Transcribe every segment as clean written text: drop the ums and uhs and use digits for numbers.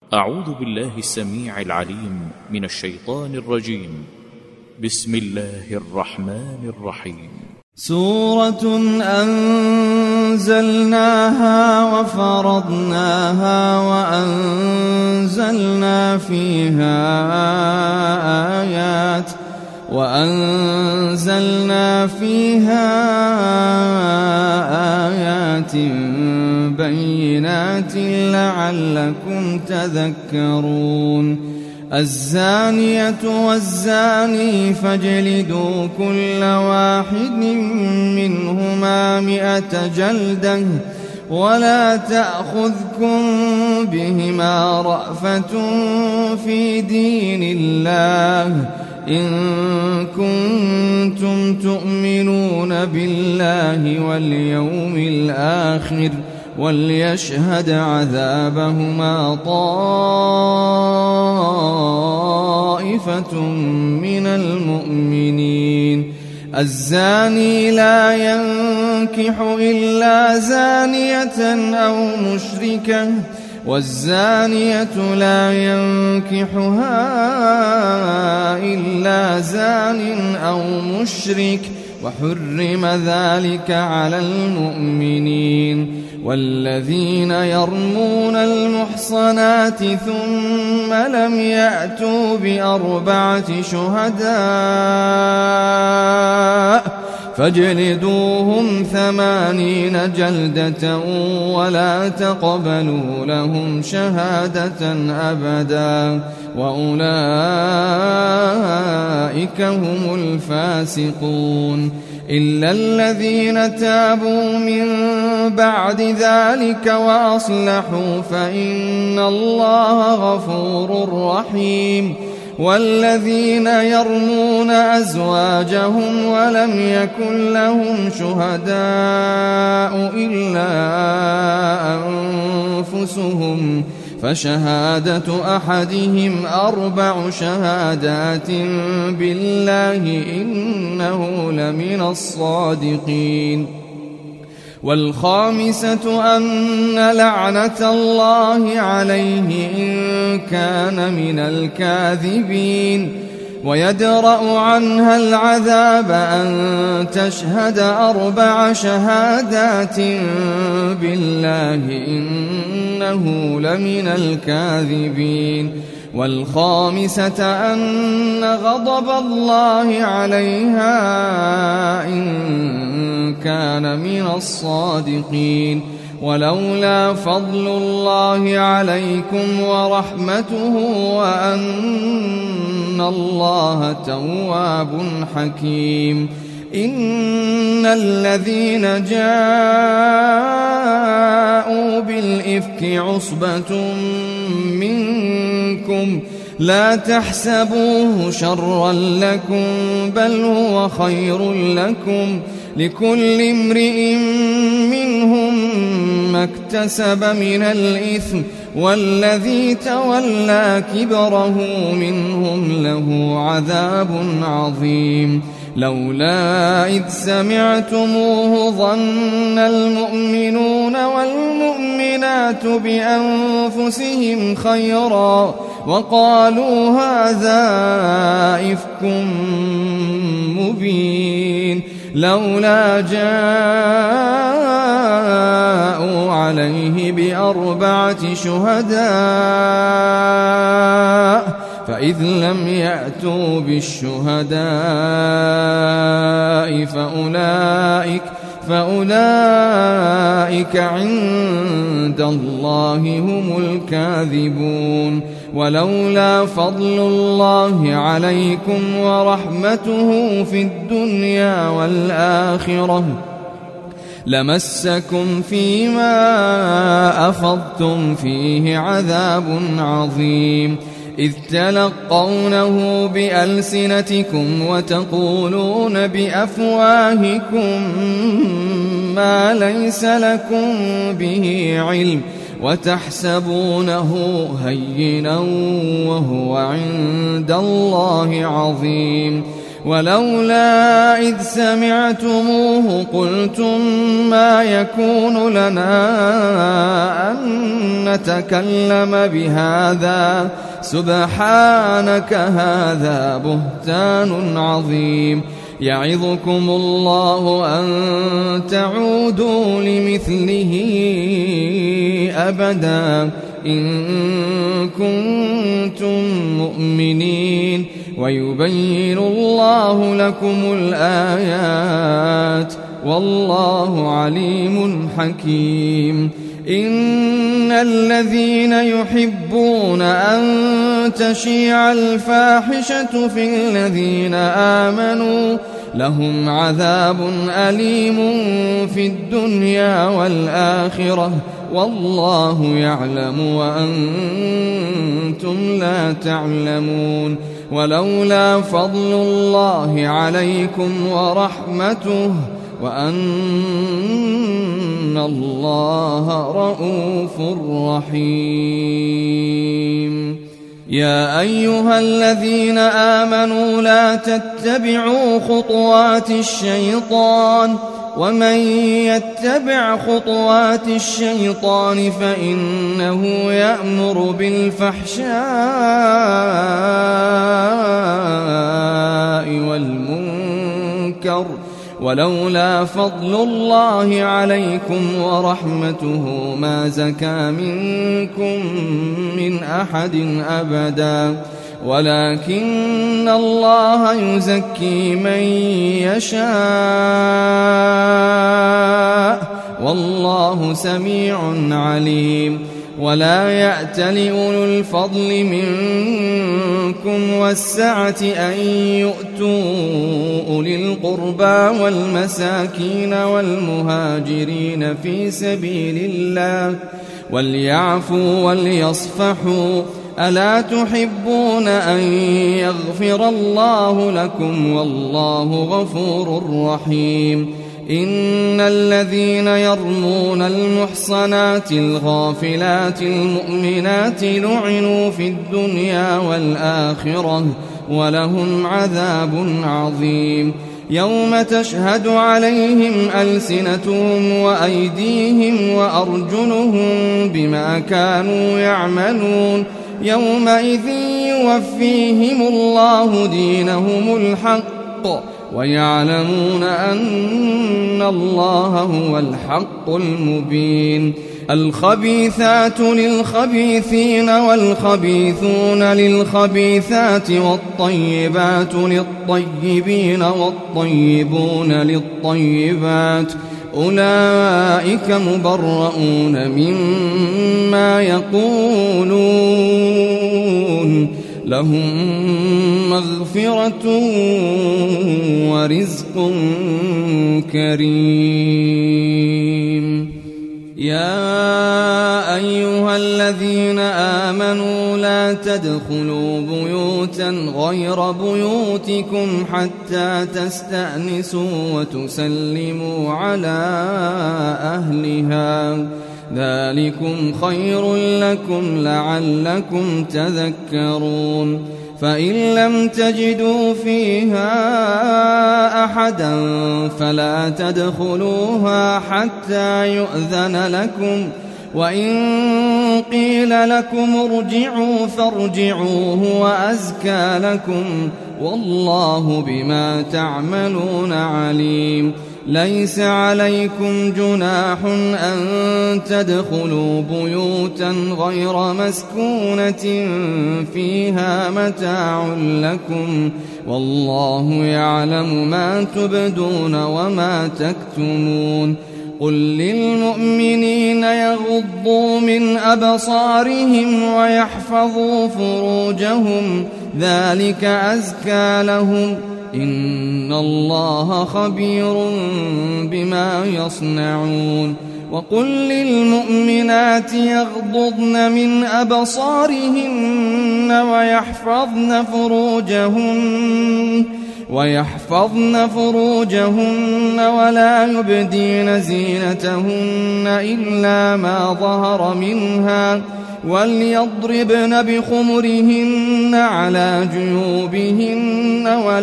أعوذ بالله السميع العليم من الشيطان الرجيم. بسم الله الرحمن الرحيم. سورة أنزلناها وفرضناها وأنزلنا فيها آيات بينات لعلكم تذكرون. الزانية والزاني فاجلدوا كل واحد منهما 100 جلدة ولا تأخذكم بهما رأفة في دين الله إن كنتم تؤمنون بالله واليوم الآخر وليشهد عذابهما طائفة من المؤمنين. الزاني لا ينكح إلا زانية أو مشركة والزانية لا ينكحها إلا زان أو مشرك وحرم ذلك على المؤمنين. والذين يرمون المحصنات ثم لم يأتوا ب4 شهداء فاجلدوهم 80 جلدة ولا تقبلوا لهم شهادة أبدا وأولئك هم الفاسقون. إلا الذين تابوا من بعد ذلك وأصلحوا فإن الله غفور رحيم. والذين يرمون أزواجهم ولم يكن لهم شهداء إلا أنفسهم فشهادة أحدهم 4 شهادات بالله إنه لمن الصادقين. والخامسة أن لعنة الله عليه إن كان من الكاذبين. ويدرأ عنها العذاب أن تشهد 4 شهادات بالله إنه لمن الكاذبين. والخامسة أن غضب الله عليها إن كان من الصادقين. ولولا فضل الله عليكم ورحمته وأن الله تواب حكيم. إن الذين جاءوا بالإفك عصبة منكم لا تحسبوه شرا لكم بل هو خير لكم لكل امرئ منهم ما اكتسب من الإثم والذي تولى كبره منهم له عذاب عظيم. لولا إذ سمعتموه ظن المؤمنون والمؤمنات بأنفسهم خيرا وقالوا هذا إفك مبين. لولا جاءوا عليه ب4 شهداء فإذ لم يأتوا بالشهداء فأولئك عند الله هم الكاذبون. ولولا فضل الله عليكم ورحمته في الدنيا والآخرة لمسكم فيما أفضتم فيه عذاب عظيم. إذ تلقونه بألسنتكم وتقولون بأفواهكم ما ليس لكم به علم وتحسبونه هينا وهو عند الله عظيم. ولولا إذ سمعتموه قلتم ما يكون لنا أن نتكلم بهذا سبحانك هذا بهتان عظيم يعظكم الله أن تعودوا لمثله أبدا إن كنتم مؤمنين ويبين الله لكم الآيات والله عليم حكيم إن الذين يحبون أن تشيع الفاحشة في الذين آمنوا لهم عذاب أليم في الدنيا والآخرة والله يعلم وأنتم لا تعلمون ولولا فضل الله عليكم ورحمته وأن الله رؤوف رحيم يا أيها الذين آمنوا لا تتبعوا خطوات الشيطان ومن يتبع خطوات الشيطان فإنه يأمر بالفحشاء والمنكر ولولا فضل الله عليكم ورحمته ما زكى منكم من أحد أبدا ولكن الله يزكي من يشاء والله سميع عليم ولا يأتل أولو الفضل منكم والسعة أن يؤتوا أولي القربى والمساكين والمهاجرين في سبيل الله وليعفوا وليصفحوا ألا تحبون أن يغفر الله لكم والله غفور رحيم إن الذين يرمون المحصنات الغافلات المؤمنات لعنوا في الدنيا والآخرة ولهم عذاب عظيم يوم تشهد عليهم ألسنتهم وأيديهم وأرجلهم بما كانوا يعملون يومئذ يوفيهم الله دينهم الحق ويعلمون أن الله هو الحق المبين الخبيثات للخبيثين والخبيثون للخبيثات والطيبات للطيبين والطيبون للطيبات أولئك مبرؤون مما يقولون لهم مغفرة ورزق كريم يا أيها الذين آمنوا لا تدخلوا بيوتا غير بيوتكم حتى تستأنسوا وتسلموا على أهلها ذلكم خير لكم لعلكم تذكرون فإن لم تجدوا فيها أحدا فلا تدخلوها حتى يؤذن لكم وإن قيل لكم ارجعوا فارجعوا هو أزكى لكم والله بما تعملون عليم ليس عليكم جناح أن تدخلوا بيوتا غير مسكونة فيها متاع لكم والله يعلم ما تبدون وما تكتمون قل للمؤمنين يغضوا من أبصارهم ويحفظوا فروجهم ذلك أزكى لهم إن الله خبير بما يصنعون وقل للمؤمنات يغضضن من أبصارهن ويحفظن فروجهن ولا يبدين زينتهن إلا ما ظهر منها وليضربن بخمرهن على جيوبهن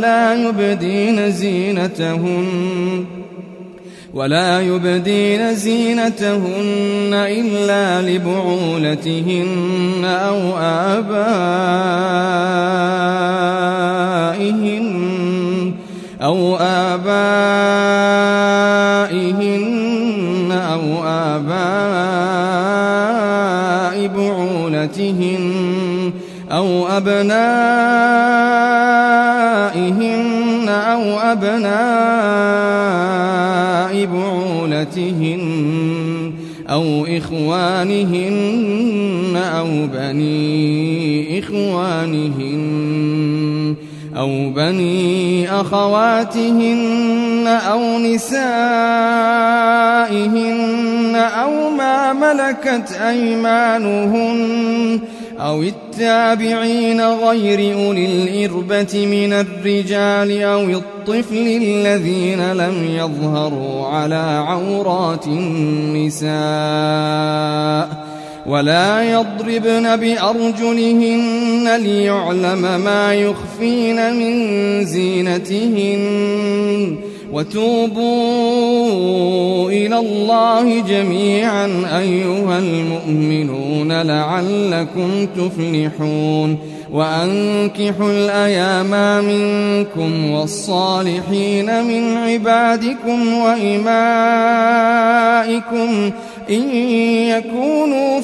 ولا يبدين زينتهن إلا لبعولتهن أو آبائهن أو آباء بعولتهن أو أبنائهن أو أبناء بعولتهن أو إخوانهن أو بني إخوانهن أو بني أخواتهن أو نسائهن أو ما ملكت أيمانهن أو التابعين غير أولي الإربة من الرجال أو الطفل الذين لم يظهروا على عورات النساء ولا يضربن بأرجلهن ليعلم ما يخفين من زينتهن وتوبوا إلى الله جميعا أيها المؤمنون لعلكم تفلحون وأنكحوا الأيام منكم والصالحين من عبادكم وإمائكم إن يكونوا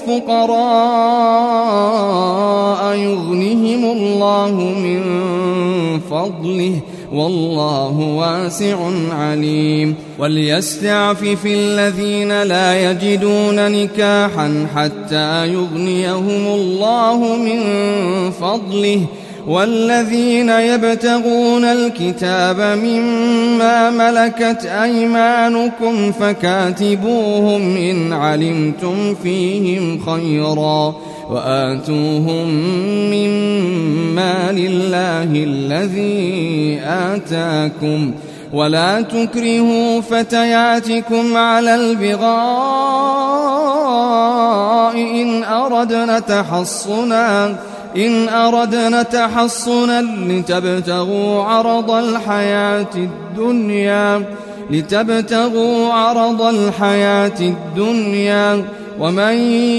فقراء يغنهم الله من فضله والله واسع عليم وليستعفف الذين لا يجدون نكاحا حتى يغنيهم الله من فضله والذين يبتغون الكتاب مما ملكت أيمانكم فكاتبوهم إن علمتم فيهم خيرا وآتوهم من مال الله الذي آتاكم ولا تكرهوا فتياتكم على البغاء إن أردنا تحصنا لتبتغوا عرض الحياة الدنيا ومن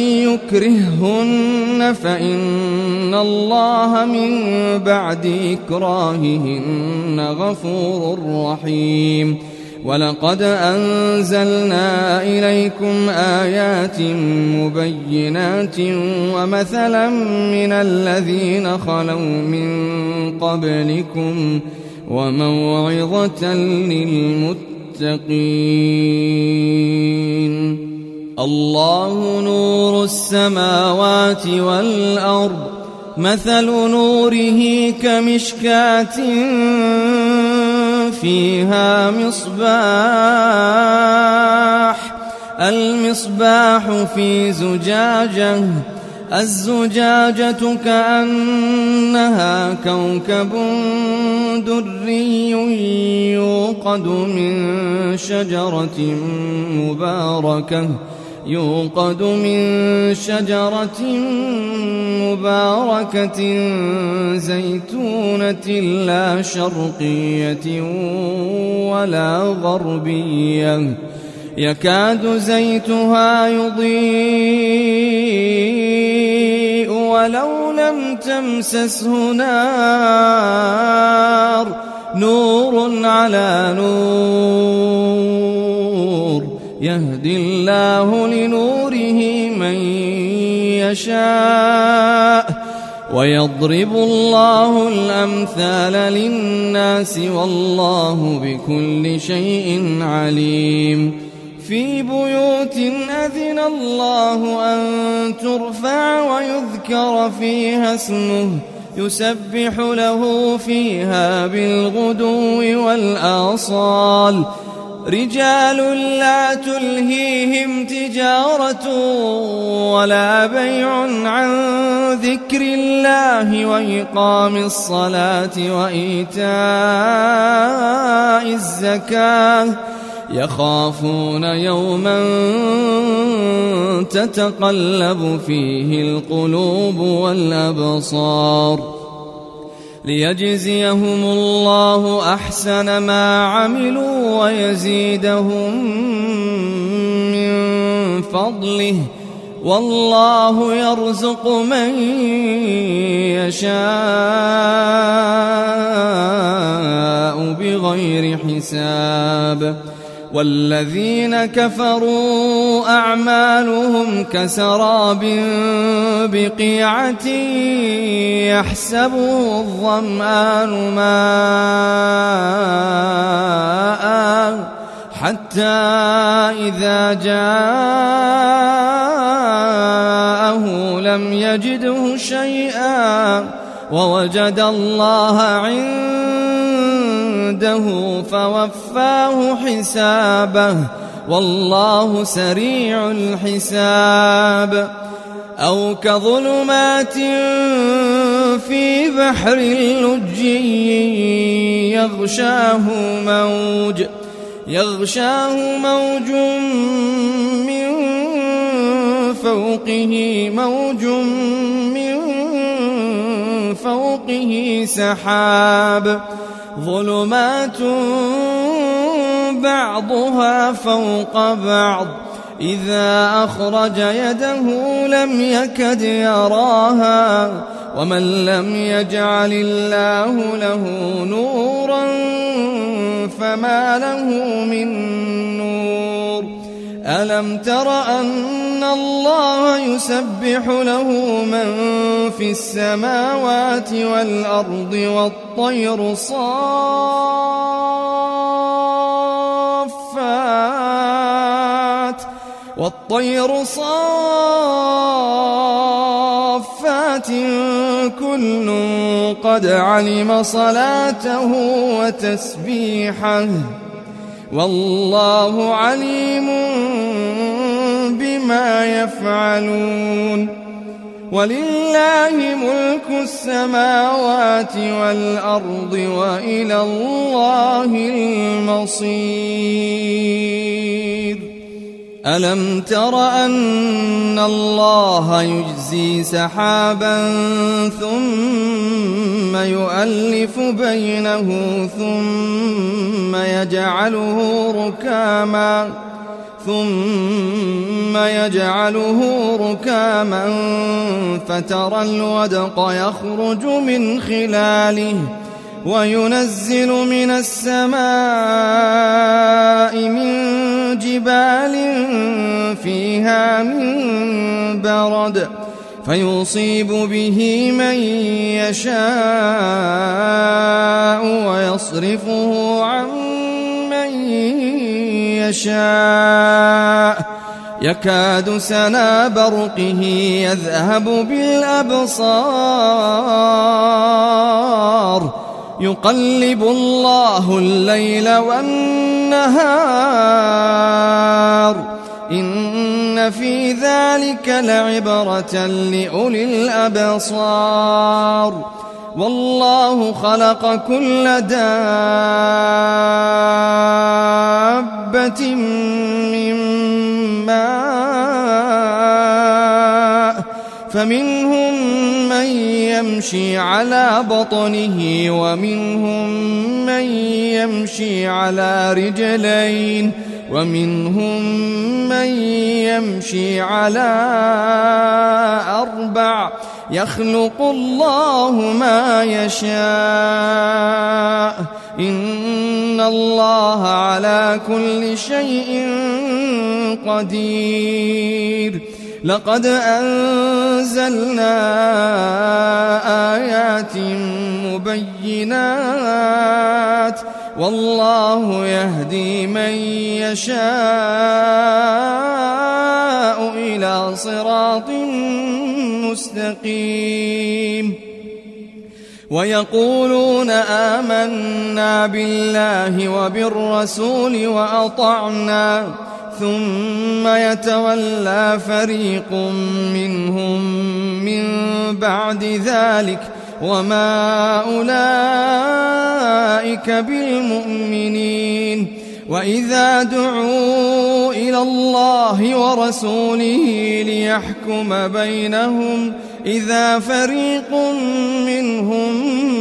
يكرههن فإن الله من بعد إكراههن غفور رحيم ولقد أنزلنا إليكم آيات مبينات ومثلا من الذين خلوا من قبلكم وموعظة للمتقين الله نور السماوات والأرض مثل نوره كمشكاة فيها المصباح في زجاجة الزجاجة كأنها كوكب دري يوقد من شجرة مباركة زيتونة لا شرقية ولا غربية يكاد زيتها يضيء ولو لم تمسسه نار نور على نور يهدي الله لنوره من يشاء ويضرب الله الأمثال للناس والله بكل شيء عليم في بيوت أذن الله أن ترفع ويذكر فيها اسمه يسبح له فيها بالغدو والآصال رجال لا تلهيهم تجارة ولا بيع عن ذكر الله وإقام الصلاة وإيتاء الزكاة يخافون يوما تتقلب فيه القلوب والأبصار ليجزيهم الله أحسن ما عملوا ويزيدهم من فضله والله يرزق من يشاء بغير حساب والذين كفروا أعمالهم كسراب بقيعة يحسبه الظمآن ماء حتى إذا جاءه لم يجده شيئا ووجد الله عنده فوفاه حسابه والله سريع الحساب أو كظلمات في بحر لجي يغشاه موج من فوقه سحاب ظلمات بعضها فوق بعض إذا أخرج يده لم يكد يراها ومن لم يجعل الله له نورا فما له من نور ألم تر أن الله يسبح له من في السماوات والأرض والطير صافات كل قد علم صلاته وتسبيحه والله عليم بما يفعلون ولله ملك السماوات والأرض وإلى الله المصير ألم تر أن الله يجزي سحابا ثم يؤلف بينه ثم يجعله ركاما فترى الودق يخرج من خلاله وينزل من السماء من جبال فيها من برد فيصيب به من يشاء ويصرفه عن من يشاء يكاد سنا برقه يذهب بالأبصار يقلب الله الليل والنهار إن في ذلك لعبرة لأولي الأبصار والله خلق كل دابة من ماء فمنهم من يمشي على بطنه ومنهم من يمشي على رجلين ومنهم من يمشي على أربع يخلق الله ما يشاء إن الله على كل شيء قدير لقد أنزلنا آيات مبينات والله يهدي من يشاء إلى صراط مستقيم ويقولون آمنا بالله وبالرسول وأطعنا ثم يتولى فريق منهم من بعد ذلك وما أولئك بالمؤمنين وإذا دعوا إلى الله ورسوله ليحكم بينهم إذا فريق منهم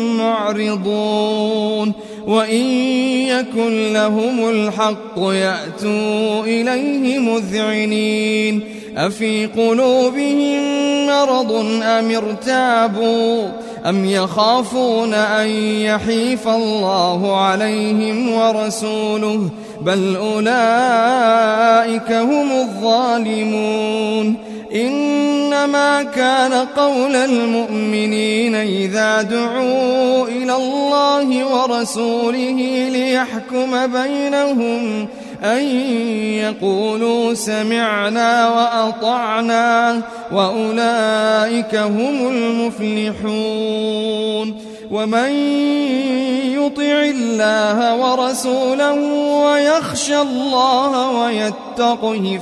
معرضون وإن يكن لهم الحق يأتوا إليه مذعنين أفي قلوبهم مرض أم ارتابوا أم يخافون أن يحيف الله عليهم ورسوله بل أولئك هم الظالمون إنما كان قول المؤمنين إذا دعوا إلى الله ورسوله ليحكم بينهم أن يقولوا سمعنا وأطعنا وأولئك هم المفلحون ومن يطع الله ورسوله ويخشى الله ويتقه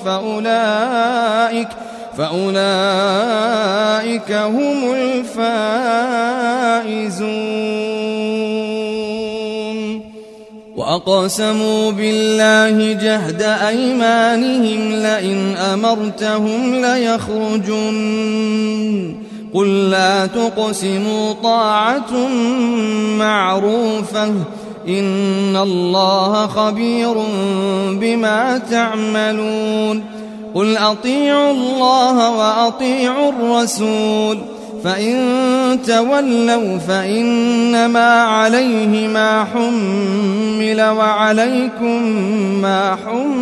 فأولئك هم الفائزون وأقسموا بالله جهد أيمانهم لئن أمرتهم ليخرجن قل لا تقسموا طاعة معروفة إن الله خبير بما تعملون قل أطيعوا الله وأطيعوا الرسول فإن تولوا فإنما عليه ما حمل وعليكم ما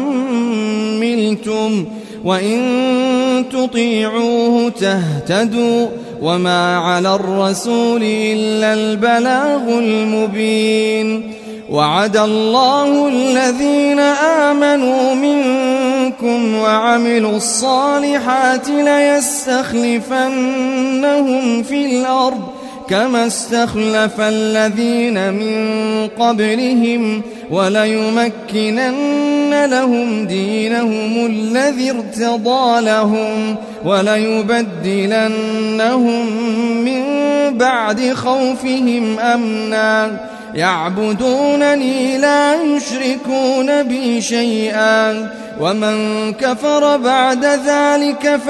حملتم وإن تطيعوه تهتدوا وما على الرسول إلا البلاغ المبين وعد الله الذين آمنوا منكم وعملوا الصالحات ليستخلفنهم في الأرض كما استخلف الذين من قبلهم وليمكنن لهم دينهم الذي ارتضى لهم وليبدلنهم من بعد خوفهم أمنا يعبدونني لا يشركون بي شيئا ومن كفر بعد ذلك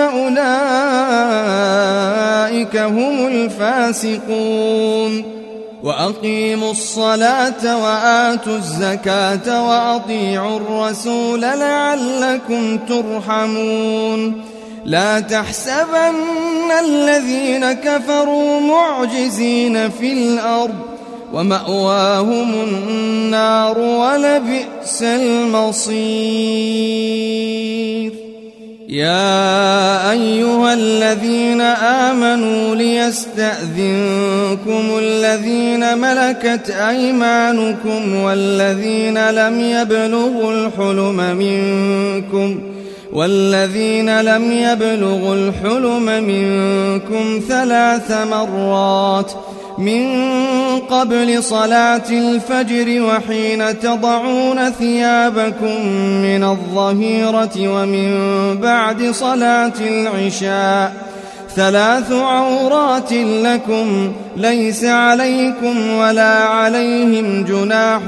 فأولئك هم الفاسقون وأقيموا الصلاة وآتوا الزكاة وأطيعوا الرسول لعلكم ترحمون لا تحسبن الذين كفروا معجزين في الأرض ومأواهم النار ولبئس المصير يا أيها الذين آمنوا ليستأذنكم الذين ملكت أيمانكم والذين لم يبلغوا الحلم منكم 3 مرات من قبل صلاة الفجر وحين تضعون ثيابكم من الظهيرة ومن بعد صلاة العشاء 3 عورات لكم ليس عليكم ولا عليهم جناح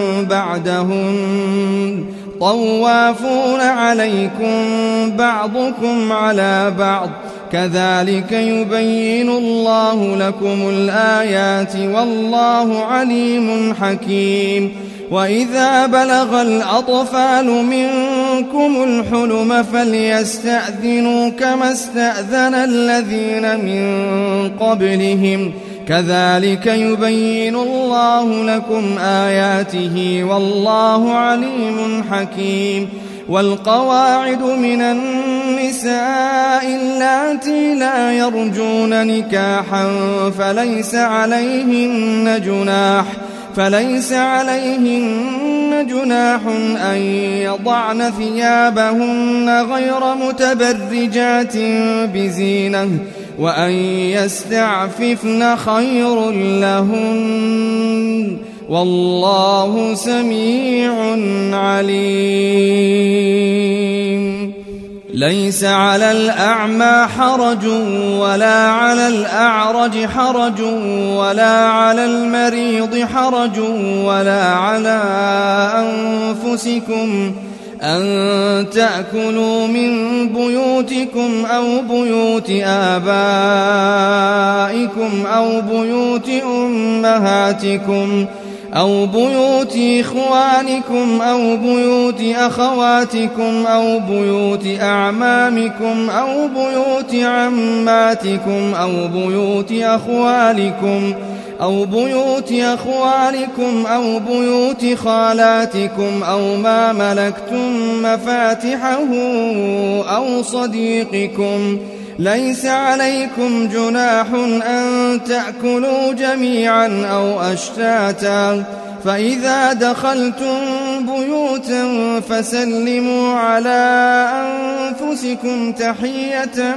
بعدهم طوافون عليكم بعضكم على بعض كذلك يبين الله لكم الآيات والله عليم حكيم وإذا بلغ الأطفال منكم الحلم فليستأذنوا كما استأذن الذين من قبلهم كذلك يبين الله لكم آياته والله عليم حكيم والقواعد من النساء اللاتي لا يرجون نكاحا فليس عليهن جناح أن يضعن ثيابهن غير متبرجات بزينة وأن يستعففن خير لهن والله سميع عليم ليس على الأعمى حرج ولا على الأعرج حرج ولا على المريض حرج ولا على أنفسكم أن تأكلوا من بيوتكم أو بيوت آبائكم أو بيوت أمهاتكم أو بيوت إخوانكم أو بيوت أخواتكم أو بيوت أعمامكم أو بيوت عماتكم أو بيوت أخوالكم أو بيوت خالاتكم أو ما ملكتم مفاتحه أو صديقكم. ليس عليكم جناح أن تأكلوا جميعا أو أشتاتا، فإذا دخلتم بيوتا فسلموا على أنفسكم تحية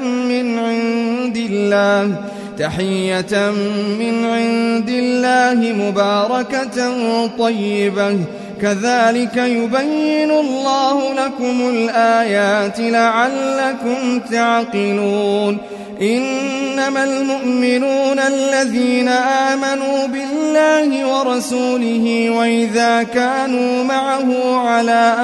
من عند الله مباركة طيبة، كذلك يبين الله لكم الآيات لعلكم تعقلون. إنما المؤمنون الذين آمنوا بالله ورسوله وإذا كانوا معه على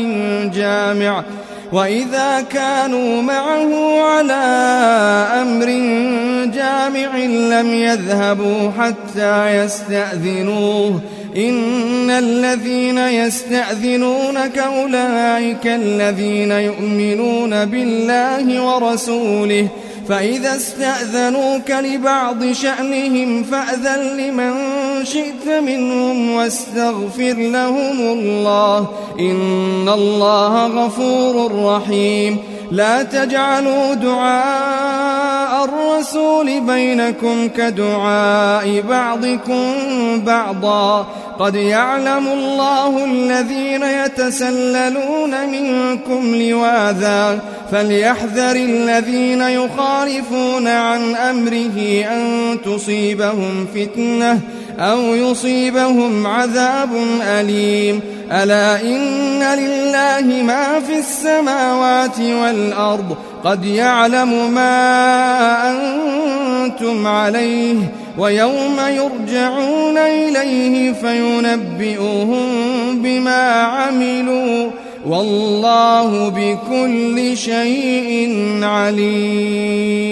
أمر جامع لم يذهبوا حتى يستأذنوه. إن الذين يستأذنونك أولئك الذين يؤمنون بالله ورسوله، فإذا استأذنوك لبعض شأنهم فأذن لمن شئت منهم واستغفر لهم الله، إن الله غفور رحيم. لا تجعلوا دعاء الرسول بينكم كدعاء بعضكم بعضا، قد يعلم الله الذين يتسللون منكم لواذا، فليحذر الذين يخالفون عن أمره أن تصيبهم فتنة أو يصيبهم عذاب أليم. ألا إن لله ما في السماوات والأرض، قد يعلم ما أنتم عليه، ويوم يرجعون إليه فينبئهم بما عملوا، والله بكل شيء عليم.